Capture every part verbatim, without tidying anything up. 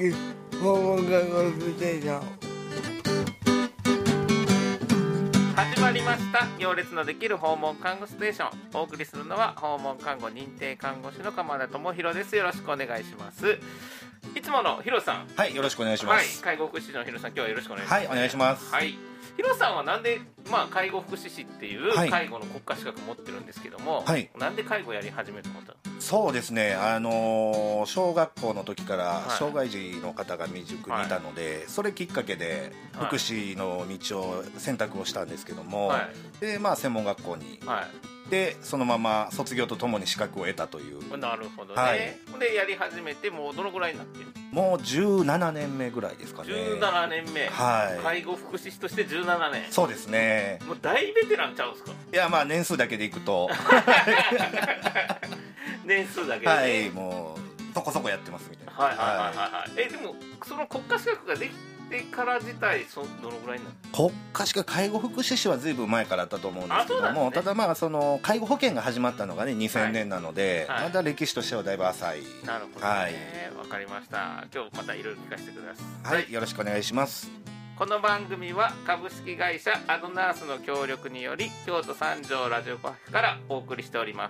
き訪問看護ステーション。 始まりました。行列のできる訪問看護ステーション。お送りするのは訪問看護認定看護師の鎌田智博です。よろしくお願いします。いつものヒロさん。 はい、よろしくお願いします。 はい、介護福祉士のヒロさん、今日はよろしくお願いします。 はい、お願いします。 はい、ヒロさんはなんで、まあ、介護福祉士っていう介護の国家資格持ってるんですけども、はい、なんで介護やり始めたのか。 そうですね、あのー、小学校の時から障害児の方が未熟にいたので、はい、それきっかけで福祉の道を選択をしたんですけども、はい、でまあ、専門学校に、はい、でそのまま卒業とともに資格を得たという。 なるほどね、はい、でやり始めてもうどのぐらいになってる？ もうじゅうななねんめぐらいですかね。 じゅうななねんめ、はい、介護福祉士としてじゅうななねん。 そうですね。 もう大ベテランちゃうんですか？ いや、まあ年数だけでいくと年数だけで、 はい、もうそこそこやってますみたいな。 はいはいはいはい、はい、えでもその国家資格ができてから自体そどのぐらいになる？ 国家資格、介護福祉士はずいぶん前からあったと思うんですけども、ね、ただまあその介護保険が始まったのがねにせんねんなので、はいはい、まだ歴史としてはだいぶ浅い。 なるほどね、はい、わかりました。今日またいろいろ聞かせてください。 はい、よろしくお願いします。 この番組は株式会社アドナースの協力により京都三条ラジオパフェからお送りしております。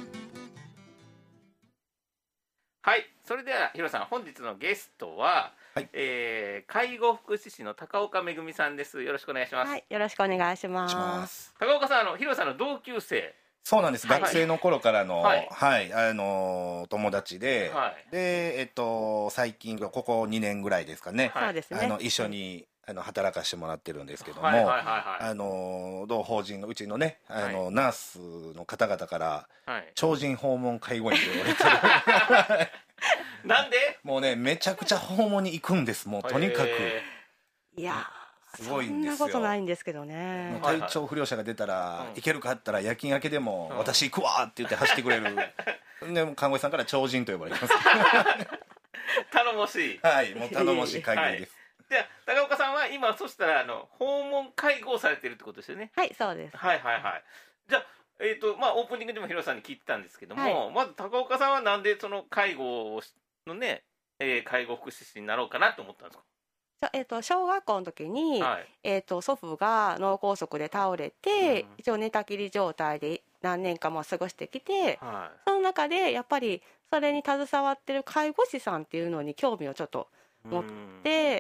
はい、それではヒロさん、本日のゲストは、はい、えー、介護福祉士の高岡めぐみさんです。よろしくお願いします。 はい、よろしくお願いします。 高岡さん、あのヒロさんの同級生。 そうなんです、はい、学生の頃からの、はいはい、あのー、友達で、はい、で、えっと、最近ここにねんぐらいですかね、はい、あの一緒にあの働かせてもらってるんですけども、はいはいはいはい、あの同法人のうちのね、あの、はい、ナースの方々から、はい、超人訪問介護員と言われてるなんで？ もうね、めちゃくちゃ訪問に行くんです。もうとにかくいやすごいんですよ。 そんなことないんですけどね。 体調不良者が出たら、行けるかって言ったら夜勤明けでも、うん、私行くわって言って走ってくれるで看護師さんから超人と呼ばれてます頼もしい。 はい、もう頼もしい限りです。 じゃあ高岡さんは今そしたらあの訪問介護をされてるってことですよね。 はい、そうです。 はいはいはい。じゃあ、えーとまあ、オープニングでもヒロさんに聞いてたんですけども、はい、まず高岡さんはなんでその介護のね、えー、介護福祉士になろうかなと思ったんですか？ えー、と小学校の時に、はい、えー、と祖父が脳梗塞で倒れて、うん、一応寝たきり状態で何年かも過ごしてきて、はい、その中でやっぱりそれに携わってる介護士さんっていうのに興味をちょっと持って、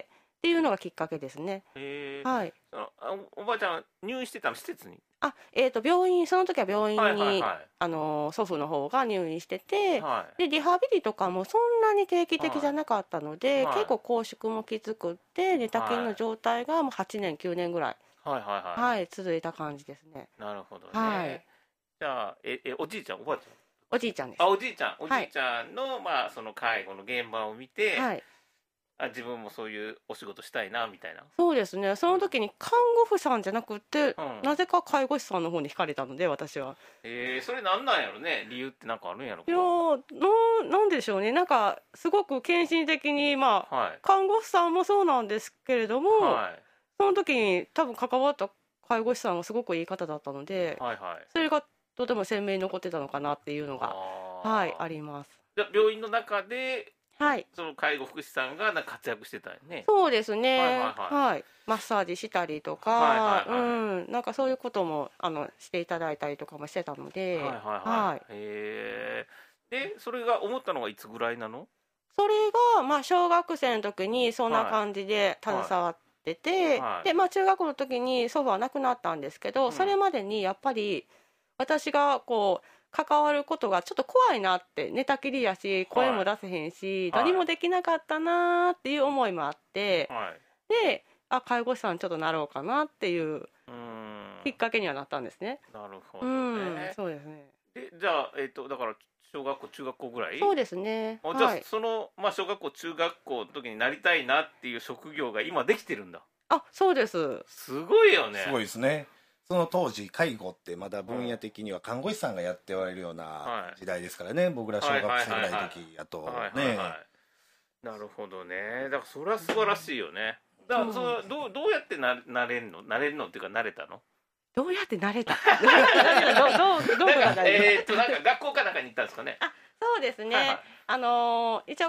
っていうのがきっかけですね。 へー、 はい、 お, おばあちゃん入院してたの？施設に？ あ、えー、と病院、その時は病院に、はいはいはい、あの祖父の方が入院してて、はい、でリハビリとかもそんなに定期的じゃなかったので、はい、結構拘縮もきつくって寝たきりの状態がもうはちねんきゅうねんぐらい、はいはいはいはい、続いた感じですね。 なるほどね、はい、じゃあ ええおじいちゃんおばあちゃん？ おじいちゃんです。 あ、おじいちゃんおじいちゃんの、はい、まあ、その介護の現場を見て、はい、あ、自分もそういうお仕事したいなみたいな。 そうですね、その時に看護婦さんじゃなくて、うん、なぜか介護士さんの方に惹かれたので私は。 えー、それなんなんやろね、理由ってなんかあるんやろ。 いや な, なんでしょうね、なんかすごく献身的に、まあ、はい、看護婦さんもそうなんですけれども、はい、その時に多分関わった介護士さんはすごくいい方だったので、はいはい、それがとても鮮明に残ってたのかなっていうのが あ,、はい、あります。 じゃ病院の中で、 はい、 その介護福祉士さんがなんか活躍してたよね。 そうですね、はいはいはいはい、マッサージしたりとか、はいはいはい、うん、なんかそういうこともあのしていただいたりとかもしてたので、はいはいはい、はい、 へー。でそれが思ったのがいつぐらいなの？ それが、まあ、小学生の時にそんな感じで携わってて、はいはい、でまあ、中学校の時に祖母は亡くなったんですけど、うん、それまでにやっぱり私がこう関わることがちょっと怖いなって、寝たきりやし声も出せへんし、はい、何もできなかったなっていう思いもあって、はい、であ介護士さんちょっとなろうかなっていうきっかけにはなったんですね。 なるほどね、うん、 そうですね。 でじゃあ、えーと、だから小学校中学校ぐらい？ そうですね。 あ、じゃあ、はい、その、まあ、小学校中学校の時になりたいなっていう職業が今できてるんだ。 あ、そうです。 すごいよね。 すごいですね。その当時介護ってまだ分野的には看護師さんがやっておられるような時代ですからね、はい、僕ら小学生ぐらいの時やとね。 なるほどね。だからそれは素晴らしいよね。だからそのどうどうやってななれるのなれるのっていうか慣れたの？ どうやって慣れた？どうどうどうなんかえーっとなんか学校かなんかに行ったんですかね？ あ、そうですね。はいはい、あのー、一応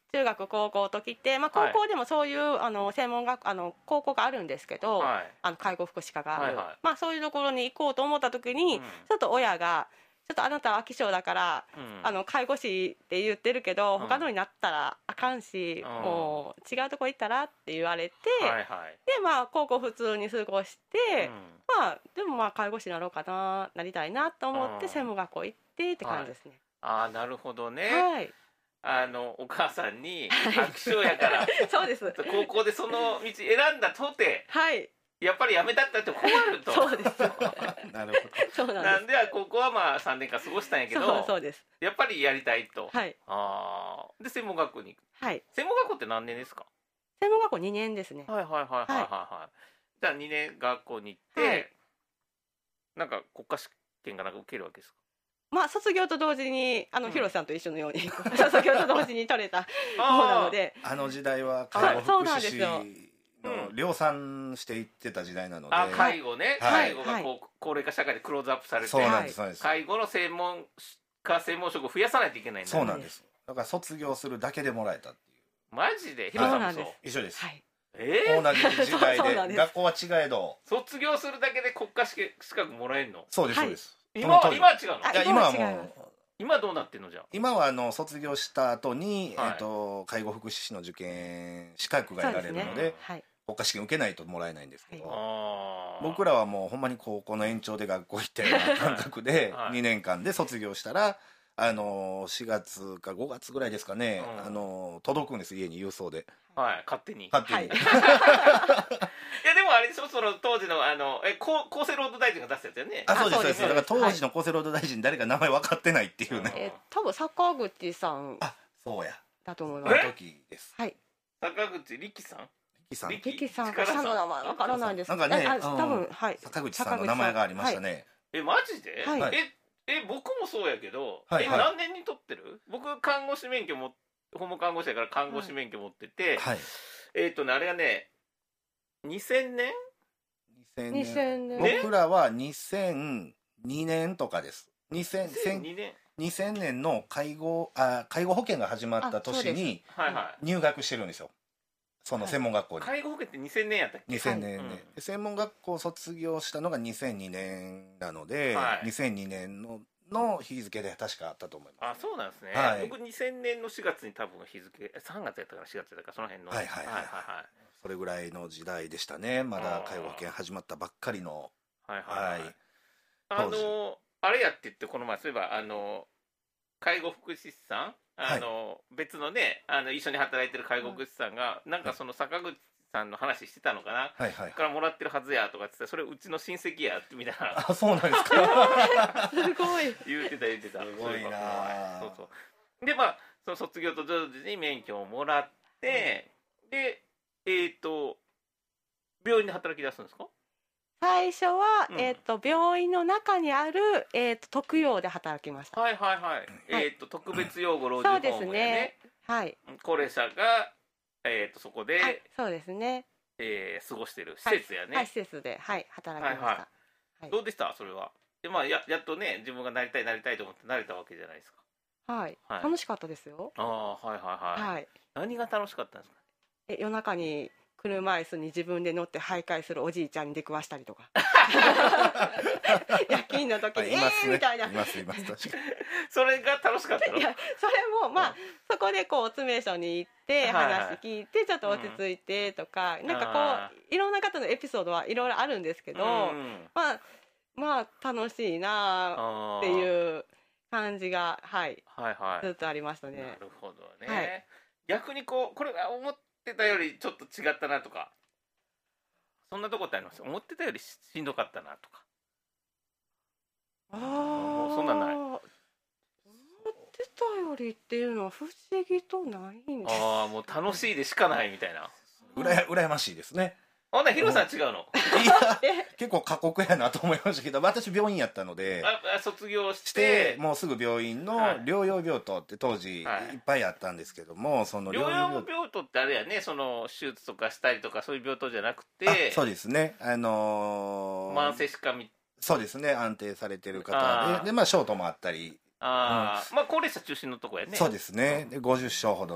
中学高校と来て、まあ、高校でもそういう、はい、あの専門学あの高校があるんですけど、はい、あの介護福祉科がある、はいはい、まあ、そういうところに行こうと思った時に、うん、ちょっと親がちょっとあなたは飽き性だから、うん、あの介護士って言ってるけど、うん、他のになったらあかんし、うん、もう違うとこ行ったらって言われて、はいはい、でまあ高校普通に過ごして、うん、まあでもまあ介護士になろうかななりたいなと思って専門学校行ってって感じですね。 はい、ああなるほどね。はい、あのお母さんに飽き性やからそうです高校でその道選んだとて、はい、やっぱりやめたったって困ると。 そうですなるほど。そうなんです。 なんで高校はまあさんねんかん過ごしたんやけど、 そうそうです。 やっぱりやりたいと。 はい。 ああ。で専門学校に行く。 はい。 専門学校って何年ですか？ 専門学校にねんですね。 はいはいはいはいはいはい。はい、じゃあにねん学校に行って、はい、なんか国家試験がなんか受けるわけですか？ まあ卒業と同時にあの、うん、ヒロさんと一緒のように卒業と同時に取れた方なので、 あの時代は介護福祉士の量産していってた時代なので、 あ介護ね、はい、介護がこう、はい、高齢化社会でクローズアップされて、 そうなんです、そうです。 介護の専門家専門職を増やさないといけないんだ。 そうなんです。だから卒業するだけでもらえたっていう。 マジで？ヒロさんもそう？ 一緒です。 はい。 えー、 同じ時代で学校は違えど卒業するだけで国家試験資格もらえるの？ そうですそうです。 今は今は違うの？いや今はもう今どうなってんのじゃあ？ 今はあの卒業した後に、はい、えーと介護福祉士の受験資格が得られるので、はい、国家試験受けないともらえないんですけど、はい、僕らはもうほんまに高校の延長で学校行ったような感覚でにねんかんで卒業したら、あのしがつかごがつぐらいですかね、うん、あの届くんです、家に郵送で。 はい、勝手に勝手に、はい、いやでもあれでしょ、その当時のあのえ厚生労働大臣が出すやつよね。 あ、そうですそうです。だから当時の厚生労働大臣誰か名前分かってないっていうね、 えー、多分坂口さんあそうやだと思います。 あの時です。 はい、 坂口力さん力さん力さんか下の名前分からないです。 なんかね、 あ多分、はい、 坂口さんの名前がありましたね。はい、 えマジで、はい、ええ僕もそうやけど、 はい、 え何年に取ってる？僕看護師免許も訪問看護師やから看護師免許持ってて、はい、えっ、ー、とねあれがねにせんねんにせんねん、僕らはにせんにねんとかです。にせんねんにせんねんの介護あ介護保険が始まった年に入学してるんですよ、その専門学校に。 介護保険ってにせんねんやったっけ？ にせんねんね、はい、うん、専門学校卒業したのがにせんにねんなので、はい、にせんにねんのの日付で確かあったと思います。 あ、そうなんですね、はい、僕にせんねんのしがつに多分日付さんがつやったからしがつやったからその辺の、 はいはいはい、はいはいはい、それぐらいの時代でしたね。まだ介護保険始まったばっかりの、 はいはいはい、はい、あのあれやって言ってこの前そういえばあの介護福祉士さんあの、はい、別のねあの一緒に働いてる介護福祉士さんが、うん、なんかその坂口さんの話してたのかな、はいはい、からもらってるはずやとかってそれうちの親戚やってみたいな。 あ、そうなんですかすごい言ってた言ってた。 すごいな。 そうそうでまあその卒業と同時に免許をもらって、うん、でえっ、ー、と病院で働き出すんですか？ 最初は、うん、えー、と病院の中にある、えー、と特養で働きました。 はいはいはい、はい、えっ、ー、と特別養護老人ホームでね、そうですね、はい、高齢者が、えー、とそこで、はい、 そうですね、 えー、過ごしてる施設やね、 はい、はい、施設で、はい、働きました、はいはいはい、 どうでしたそれは？で、まあ、や, やっとね自分がなりたいなりたいと思ってなれたわけじゃないですか。 はい、はい、楽しかったですよ。 ああ、はいはいはい、はい、何が楽しかったんですか？ え夜中に車椅子に自分で乗って徘徊するおじいちゃんに出くわしたりとか夜勤の時に、 いますね、 えーみたいな、 いますいます、確かにそれが楽しかったの？ いやそれもまあ、うん、そこでこう詰め所に行って話聞いてちょっと落ち着いてとか、うん、なんかこういろんな方のエピソードはいろいろあるんですけど、うん、まあまあ楽しいなっていう感じが、はい、はいはい、ずっとありましたね。 なるほどね、はい、逆にこうこれは思ってたよりちょっと違ったなとかそんなとこってあります？思ってたよりしんどかったなとか。 ああ、もうそんなんない。 思ってたよりっていうのは不思議とないんです。 ああ、もう楽しいでしかないみたいな。 うらや羨ましいですね。 あんなヒロさん違うの？ いや結構過酷やなと思いましたけど、私病院やったので、 あ卒業してもうすぐ病院の療養病棟って当時いっぱいあったんですけども、はい、その療養病棟ってあれやね、その手術とかしたりとかそういう病棟じゃなくて、 そうですね、あのー、慢性疾患みそうですね、安定されてる方 で, でまあショートもあったり、 あ、うん、まあ高齢者中心のとこやね。 そうですね、でごじゅっしょうほどの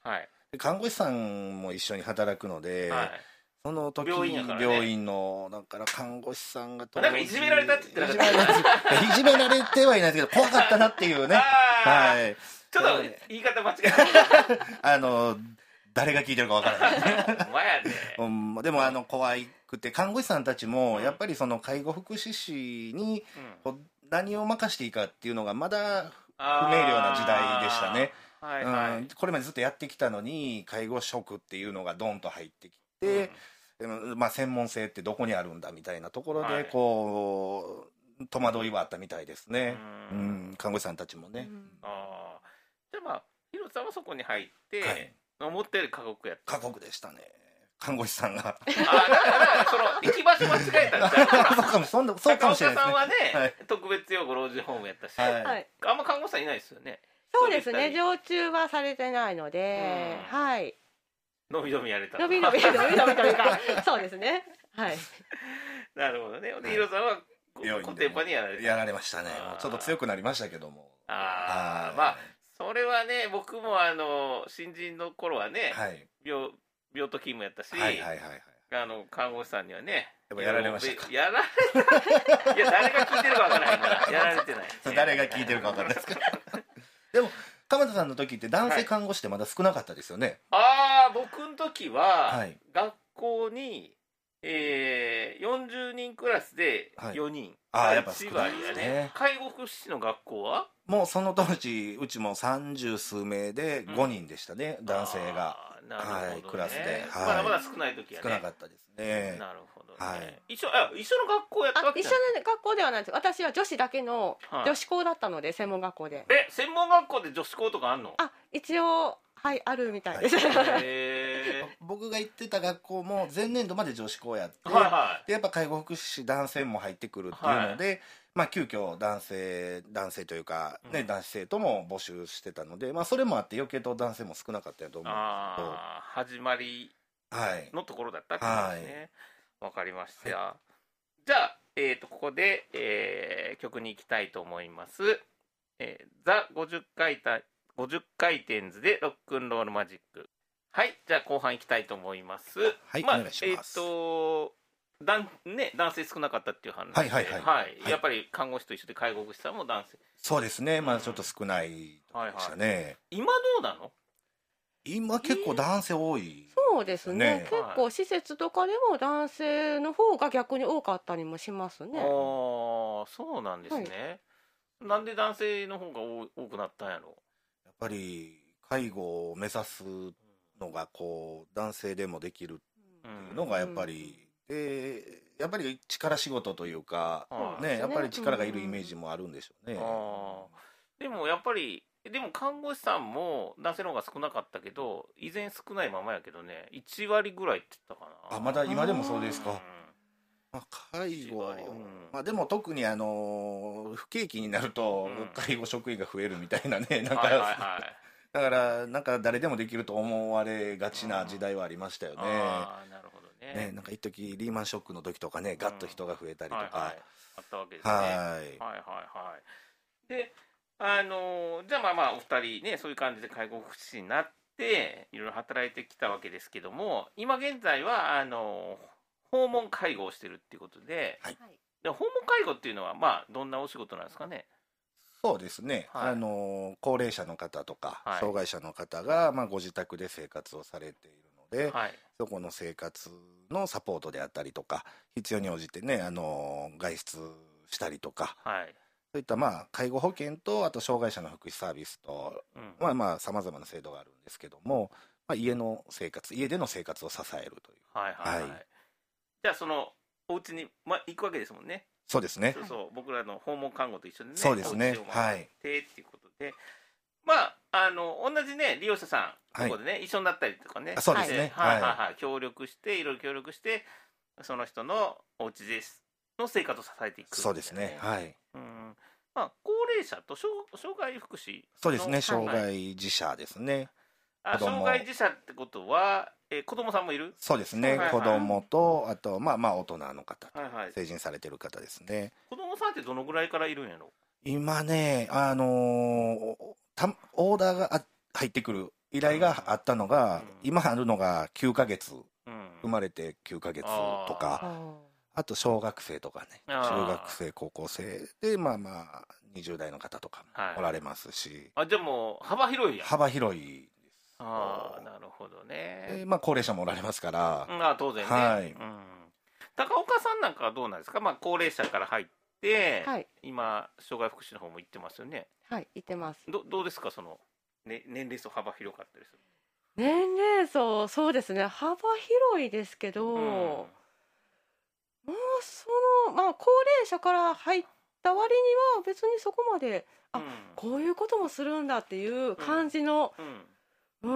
はい、で看護師さんも一緒に働くので、はい、その時病院やからね、 病院のだから看護師さんがなんかいじめられたって言ってなかったいじめられてはいないですけど怖かったなっていうねはい、 ちょっと言い方間違えたあの誰が聞いてるかわからないお前やね、 うん、でもあの怖くて看護師さんたちもやっぱりその介護福祉士に何を任していいかっていうのがまだ不明瞭な時代でしたね、はいはい、うん、これまでずっとやってきたのに介護職っていうのがドンと入ってきて、うん、まあ、専門性ってどこにあるんだみたいなところでこう、はい、戸惑いはあったみたいですね、うん、うん、看護師さんたちもね、うん、 あじゃあまあ広瀬さんはそこに入って、はい、思ったより過酷やった。 過酷でしたね看護師さんがあだからその行き場所間違えたんじゃんそうかも、そんなそうかもしれないですね。 高岡さんはね、 はい、 特別養護老人ホームやったし、 はい、 あんま看護師さんいないですよね。 そうですね、常駐はされてないので、はい。 のびのびやれた。 のびのびのびのびというか、そうですね。はい。 なるほどね。で、ヒロさんはコテンパンにやられた。 やられましたね。ちょっと強くなりましたけども。 ああ、まあそれはね、僕もあの新人の頃はね、はい、病病棟勤務やったし、はいはいはいはい、あの看護師さんにはね、 でもやられましたか。 やられた。いや誰が聞いてるかわからないから、やられてない。 誰が聞いてるかわからないですから。でも鎌田さんの時って男性看護師ってまだ少なかったですよね。 はい、ああ、僕の時は、はい、学校に、えー、よんじゅうにんクラスでよにん、 はい、ああやっぱ少ないですね。 介護福祉士の学校はもうその当時うちも三十数名でごにんでしたね、うん、男性が、 なるほどね、 はい、クラスで、 はい、まだまだ少ない時はね、 少なかったですね。 なるほどね、 はい、 一緒あ一緒の学校やったわけじゃない？ 一緒の学校ではないです。私は女子だけの女子校だったので、はい、専門学校で。 え専門学校で女子校とかあんの？ あ一応はいあるみたいです、はい、 へ僕が行ってた学校も前年度まで女子校やって、はいはい、でやっぱ介護福祉士男性も入ってくるっていうので、はい、まあ急遽男性男性というか、ね、うん、男子生徒も募集してたので、まあ、それもあって余計と男性も少なかったと思うんですけど、 あ始まりのところだったってことですね。わ、はい、かりました、はい、じゃあ、えー、とここで、えー、曲に行きたいと思います。えー、ザごじゅっかいたごじゅっかいてんずでロックンロールマジック。はい、じゃあ後半いきたいと思います。 はい、まあ、お願いします。 えっ、ー、とだんね、男性少なかったっていう話で、 はいはいはい、 はい、やっぱり看護師と一緒で介護福祉さんも男性。 そうですね、まあちょっと少ないでしたね、はいはい、 今どうなの？ 今結構男性多い、ね、 そうですね、結構施設とかでも男性の方が逆に多かったりもしますね。 ああ、そうなんですね、はい、なんで男性の方が多くなったんやろ？ やっぱり介護を目指すのがこう男性でもできるっていうのがやっぱり、うん、でやっぱり力仕事というか、うん、ね、やっぱり力がいるイメージもあるんでしょうね、うん、 あでもやっぱりでも看護師さんも男性の方が少なかったけど依然少ないままやけどね、いちわりぐらいって言ったかな。 あ、まだ今でもそうですか。まあ、介護、うん、まあ、でも特にあの不景気になると、うん、介護職員が増えるみたいなね、なんか、はいはいはい、だからなんか誰でもできると思われがちな時代はありましたよね。 ああ、なるほどね。 ね、なんか一時リーマンショックの時とかね、ガッと人が増えたりとか、はいはい、 あったわけですね。 はいはいはい。で、あのじゃあまあまあお二人ね、そういう感じで介護福祉士になっていろいろ働いてきたわけですけども、今現在はあの訪問介護をしてるっていうことで、はい、で訪問介護っていうのはまあどんなお仕事なんですかね？ そうですね、はい、あの高齢者の方とか、はい、障害者の方が、まあ、ご自宅で生活をされているので、はい、そこの生活のサポートであったりとか、必要に応じてね、あの外出したりとか、はい、そういったまあ介護保険とあと障害者の福祉サービスと、うん、まあまあさまざまな制度があるんですけども、まあ、家の生活家での生活を支えるという、 はいはいはいはい、じゃあそのお家に、まあ、行くわけですもんね。 そうですね。 そうそう僕らの訪問看護と一緒にね、 そうですね、はい、 ってっていうことで、まああの同じね利用者さん、はい、ここでね一緒になったりとかね、 そうですね、 はいはいはい、はい、協力していろいろ協力してその人のお家ですの生活を支えていく、ね、 そうですね、はい、 うん、まあ高齢者と障害福祉、 そうですね、障害児者ですね。 あ、障害児者ってことは、えー、子供さんもいる？ そうですね、はいはい、子供とあとまあまあ大人の方、はいはい、成人されてる方ですね。 子供さんってどのぐらいからいるんやろ？ 今ね、あのー、たオーダーが入ってくる依頼があったのが、うん、今あるのがきゅうかげつ、うん、生まれてきゅうかげつとか、あと小学生とかね、中学生高校生でまあまあにじゅう代の方とかもおられますし、 はい、あじゃあもう幅広いやん。 幅広いです。 ああなるほどね。 でまあ高齢者もおられますから、 うん、あ当然ね、はい、うん、高岡さんなんかはどうなんですか。まあ高齢者から入って、はい、今障害福祉の方も行ってますよね。 はい行ってます。 どどうですかその、ね、年齢層幅広かったりする。 年齢層そうですね幅広いですけど、うん、もうそのまあ高齢者から入った割には別にそこまで、うん、あこういうこともするんだっていう感じの、うん、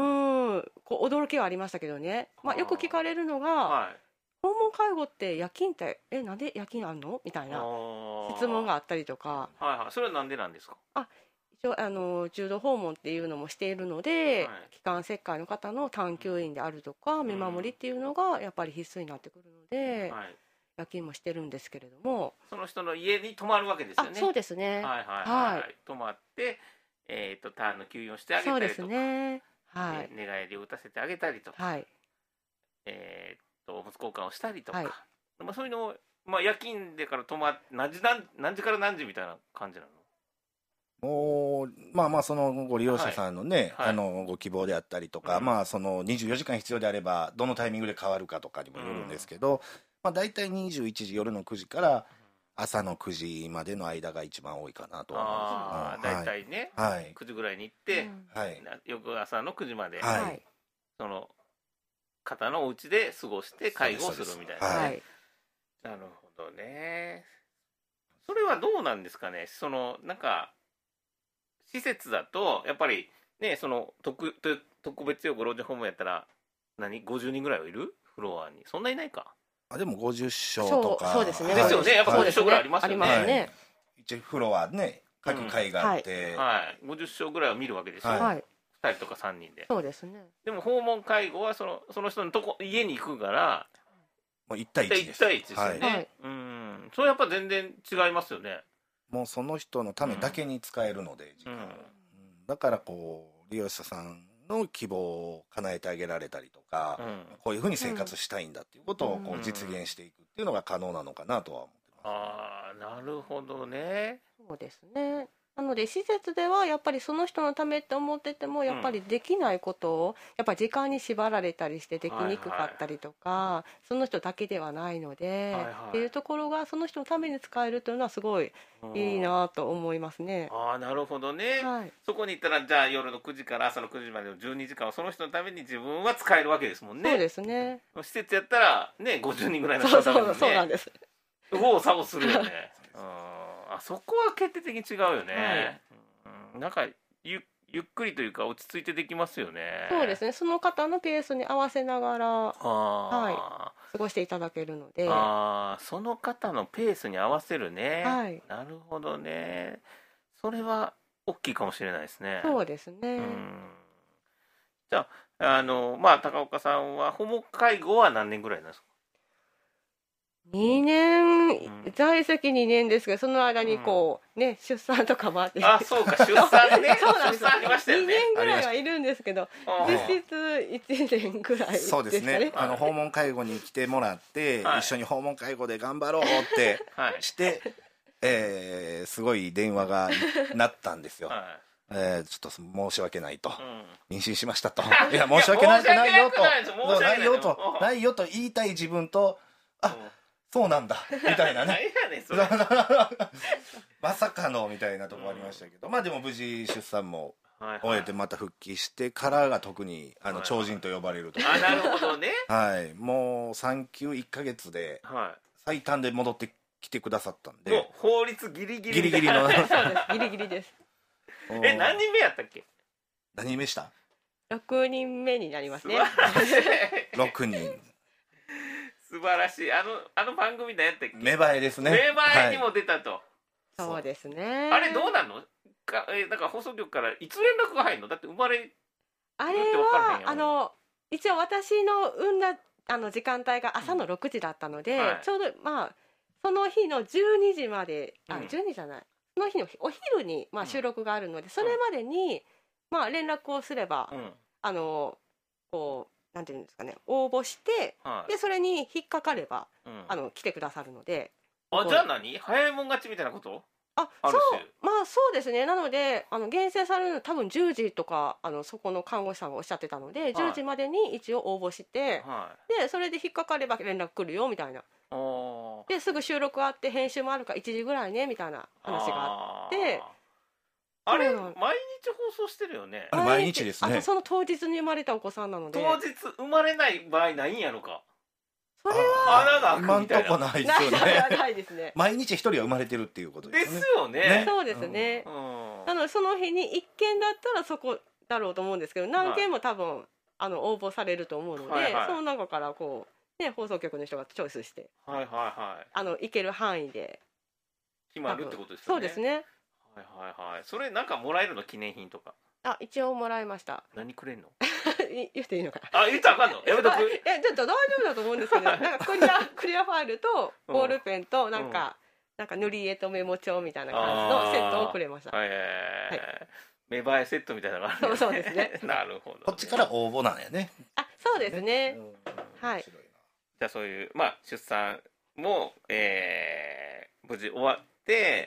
うんこう驚きはありましたけどね、まあ、よく聞かれるのが、はい、訪問介護って夜勤ってえなんで夜勤あんのみたいな質問があったりとか、 はいはい、それはなんでなんですか。 あ一応あの重度訪問っていうのもしているので、はい、気管切開の方の探求員であるとか見守りっていうのがやっぱり必須になってくるので、はい、夜勤もしてるんですけれども、 その人の家に泊まるわけですよね。 あそうですね、 はいはいはい、はい、泊まって、えー、とターンの休養してあげたりとか、そうですね、はい、寝返りを打たせてあげたりとか、はい、えー、とおむつ交換をしたりとか、はい、まあ、そういうのを、まあ、夜勤でから泊まって何時何、何時から何時みたいな感じなの。 もうまあまあそのご利用者さんのね、はいはい、あのご希望であったりとか、うん、まあそのにじゅうよじかん必要であればどのタイミングで変わるかとかにもよるんですけど、うん、まあ、大体にじゅういちじ夜のくじから朝のくじまでの間が一番多いかなと思います。 あ、大体ね、はい、くじぐらいに行って、うん、翌朝のくじまで、はい、その方のお家で過ごして介護をするみたいな、はい、なるほどね。それはどうなんですかね。そのなんか施設だとやっぱりね、その 特, 特別養護老人ホームやったら何ごじゅうにんぐらいはいるフロアに。そんないないか。 あでもごじゅっしょうとか。 そうですね。 ですよね。やっぱごじゅっしょうぐらいありますよね。 はい、ありますね。 一応フロアね各階があって、 うん、はいはい、ごじゅっしょうぐらいは見るわけですよ、はい、ふたりとかさんにんで。 そうですね。 でも訪問介護はそのその人のとこ家に行くからもういち対いちです。 いち対いちですよね、はい、うん、それやっぱ全然違いますよね。 もうその人のためだけに使えるので、うん、だからこう利用者さんの希望を叶えてあげられたりとか、うん、こういうふうに生活したいんだっていうことをこう実現していくっていうのが可能なのかなとは思ってます。 ああ、なるほどね。 そうですね。なので施設ではやっぱりその人のためって思っててもやっぱりできないことをやっぱり時間に縛られたりしてできにくかったりとか、はいはい、その人だけではないので、はいはい、っていうところがその人のために使えるというのはすごいいいなと思いますね。 ああ、なるほどね、はい、そこに行ったらじゃあ夜のくじから朝のくじまでのじゅうにじかんをその人のために自分は使えるわけですもんね。 そうですね。 施設やったらねごじゅうにんぐらいの人のためにね、 そうそうそうなんです。 右往左往するよねああ、そこは決定的に違うよね、はい、うん、なんか ゆ, ゆっくりというか落ち着いてできますよね。 そうですね。その方のペースに合わせながら、はい、過ごしていただけるので。 ああ、その方のペースに合わせるね、はい、なるほどね。それは大きいかもしれないですね。 そうですね。うん、 じゃあ、あのまあ高岡さんは訪問介護は何年ぐらいなんですか。 にねん、うん、在籍にねんですけど、その間にこう、うん、ね、出産とかもあって、 あ、そうか、出産ねそうなんです。 出産ありましたよね。 にねんぐらいはいるんですけど、実質いちねんぐらいですかね。 そうですね。あの訪問介護に来てもらって、はい、一緒に訪問介護で頑張ろうってして、はい、えー、すごい電話が鳴ったんですよ。はい、えー、ちょっと申し訳ないと、うん、妊娠しましたと、いや申し訳ないないよと、ないよと、ないよと言いたい自分と、あ、うん、そうなんだみたいなねまさかのみたいなところありましたけど、うん、まあでも無事出産も終えてまた復帰してからが特にあの超人と呼ばれると、 はいはい、あ、なるほどね、 はい、もう産休いっかげつで最短で戻ってきてくださったんで、もう法律ギリギリギリギリのそうですギリギリですえ、何人目やったっけ。 何人目した。 ろくにんめになりますねろくにん素晴らしい。あのあの番組何やったっけ。 芽生えですね。 芽生えにも出たと、はい、 そうですね。 あれどうなのか。えだから放送局からいつ連絡が入るの。だって生まれあれはあの一応私の産んだあの時間帯が朝のろくじだったので、うん、はい、ちょうどまあその日のじゅうにじまで、あ、うん、じゅうにじじゃない、その日のお昼にまあ収録があるので、うん、それまでにまあ連絡をすれば、うん、 あのこうなんていうんですかね、応募して、はい、でそれに引っかかれば、うん、あの来てくださるので。 あ、じゃあ何早いもん勝ちみたいなこと？ あ、あそうまあそうですね。なのであの厳選されるの多分じゅうじとかあのそこの看護師さんがおっしゃってたので、はい、じゅうじまでに一応応募して、はい、でそれで引っかかれば連絡来るよみたいな。ですぐ収録あって編集もあるからいちじぐらいねみたいな話があって。 あれ毎日放送してるよね。 あれ毎日ですね。 あとその当日に生まれたお子さんなので。 当日生まれない場合ないんやろか。 それは穴が開くみたいな。 今んとこないですよね。 ないですね。 毎日一人は生まれてるっていうことですね。 ですよね。ね、 そうですね。うん、なのでその日に一件だったらそこだろうと思うんですけど、何件も多分、はい、あの応募されると思うので、はいはい、その中からこうね放送局の人がチョイスして、 はいはいはい、 あの行ける範囲で決まるってことですよね。 そうですね。 はいはいはい。それなんかもらえるの、記念品とか。 あ、一応もらいました。 何くれんの？ 言っていいのかな。あ、言ったらあかんの？やめとく。 いや、ちょっと大丈夫だと思うんですけど、なんかクリアクリアファイルとボールペンとなんか、うん、なんか塗り絵とメモ帳みたいな感じのセットをくれました。はい、はい、 芽生えセットみたいなのがある、ね。 そうそうですね。 なるほど、ね。 こっちから応募なんやね。 あ、そうですね。うん、はい。 じゃあそういうまあ出産も、えー、無事終わって。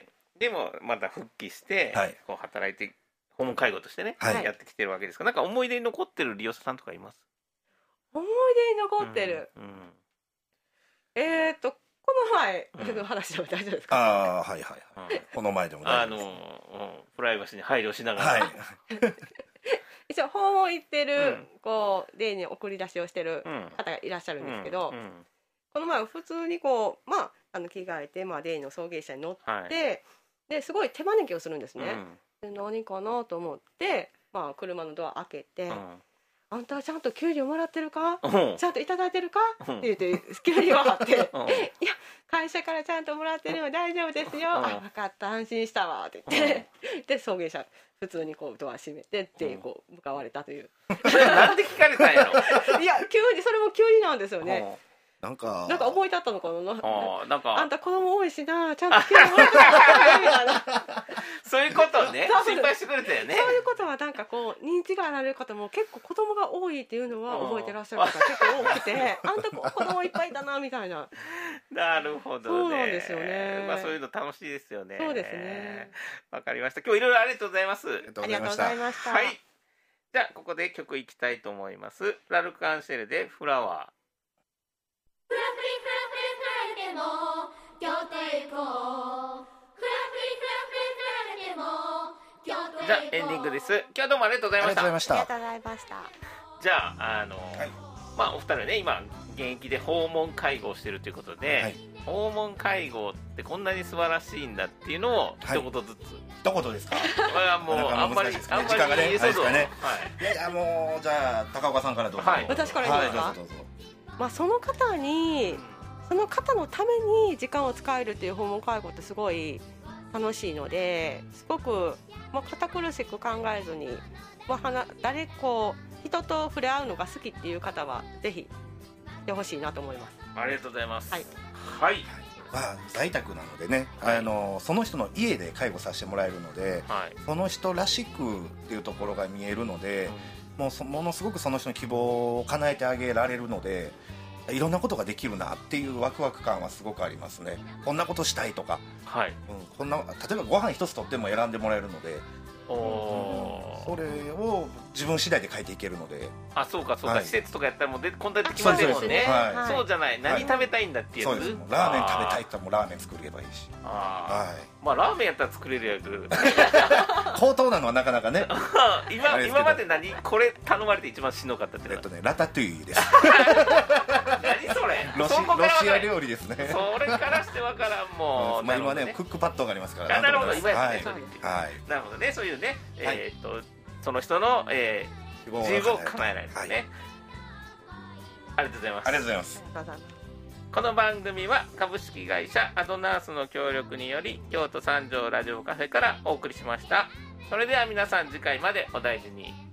でもまた復帰して、はい、こう働いて訪問介護としてね、はい、やってきてるわけですが、なんか思い出に残ってる利用者さんとかいます？ 思い出に残ってる、うんうん、えー、っとこの前の話でも大丈夫ですか？ ああ、はいはいはい、うん、この前でも大丈夫です。あの、うん、プライバシーに配慮しながら、はい、 一応訪問行ってる、うん、こうデイに送り出しをしてる方がいらっしゃるんですけど、うんうんうん、この前は普通にこうまああの着替えて、まあ、デイの送迎車に乗って、はい、ですごい手招きをするんですね、うん、で何かなと思って、まあ、車のドア開けて、うん、あんたはちゃんと給料もらってるか、うん、ちゃんといただいてるか、うん、って言って急に分かって、うん、いや会社からちゃんともらってるの大丈夫ですよ、うん、あ分かった安心したわって言って、うん、で送迎車普通にこうドア閉めてってこう向かわれたという、 うん、なんで聞かれたんやろいや急にそれも急になんですよね、うんなんかなんか思い立ったのかな。 あなんかあんた子供多いしな、ちゃんと来てもらってみたいな。 そういうことね。心配してくれたよね。 そういうことはなんかこう認知がられる方も結構子供が多いっていうのは覚えてらっしゃる方結構多くて、あんた子供いっぱいだなみたいな。 なるほどね。 そうなんですよね。 まあそういうの楽しいですよね。 そうですね。 わかりました。今日いろいろありがとうございます。ありがとうございました。 はい。じゃあここで曲いきたいと思います。ラルク・アンシェルでフラワー。フラフリフラフリフラでも京都へ行こう。フラフリフラフリフラでも京都へ行こう。じゃあエンディングです。今日はどうもありがとうございました。 ありがとうございました。 じゃああの、はい、まあお二人ね今現役で訪問介護をしてるということで、はい、訪問介護ってこんなに素晴らしいんだっていうのを一言ずつ、はい、 一言ですか？ もうあんまりあんまり時間がね、そうですかね。 はい。いやもうじゃあ高岡さんからどうぞ。はい。 私からいいですか？はい、どうぞどうぞ。まあその方にその方のために時間を使えるっていう訪問介護ってすごい楽しいので、すごくまあ堅苦しく考えずに、まあ誰こう人と触れ合うのが好きっていう方はぜひしてほしいなと思います。 ありがとうございます。 はい。 はい。 まあ、在宅なのでね、はい、あのその人の家で介護させてもらえるので、はい、その人らしくっていうところが見えるので、うん、もうそものすごくその人の希望を叶えてあげられるので、いろんなことができるなっていうワクワク感はすごくありますね。こんなことしたいとか、はい、うん、こんな例えばご飯一つとっても選んでもらえるので、おそれを自分次第で変えていけるので。 あ、そうかそうか、はい、施設とかやったらもうでこんなできませんもんね。はい、そうじゃない、何食べたいんだっていうやつ、 そうです。ラーメン食べたいって言ったらもうラーメン作ればいいし。 あ、はい、まあラーメンやったら作れるやけど高等なのはなかなかね今, 今まで何これ頼まれて一番しんどかったってえっとねラタトゥイユです何それロ シ, ロシア料理ですね。 それからしてわからんもう、 まあ、今ねクックパッドがありますから。 なるほど今やってね、 はいはい、 なるほどね、そういうね、えー、っとその人の、えー、自由を叶えられるね、はい、ありがとうございます。 ありがとうございます。 この番組は株式会社アドナースの協力により京都三条ラジオカフェからお送りしました。それでは皆さん次回までお大事に。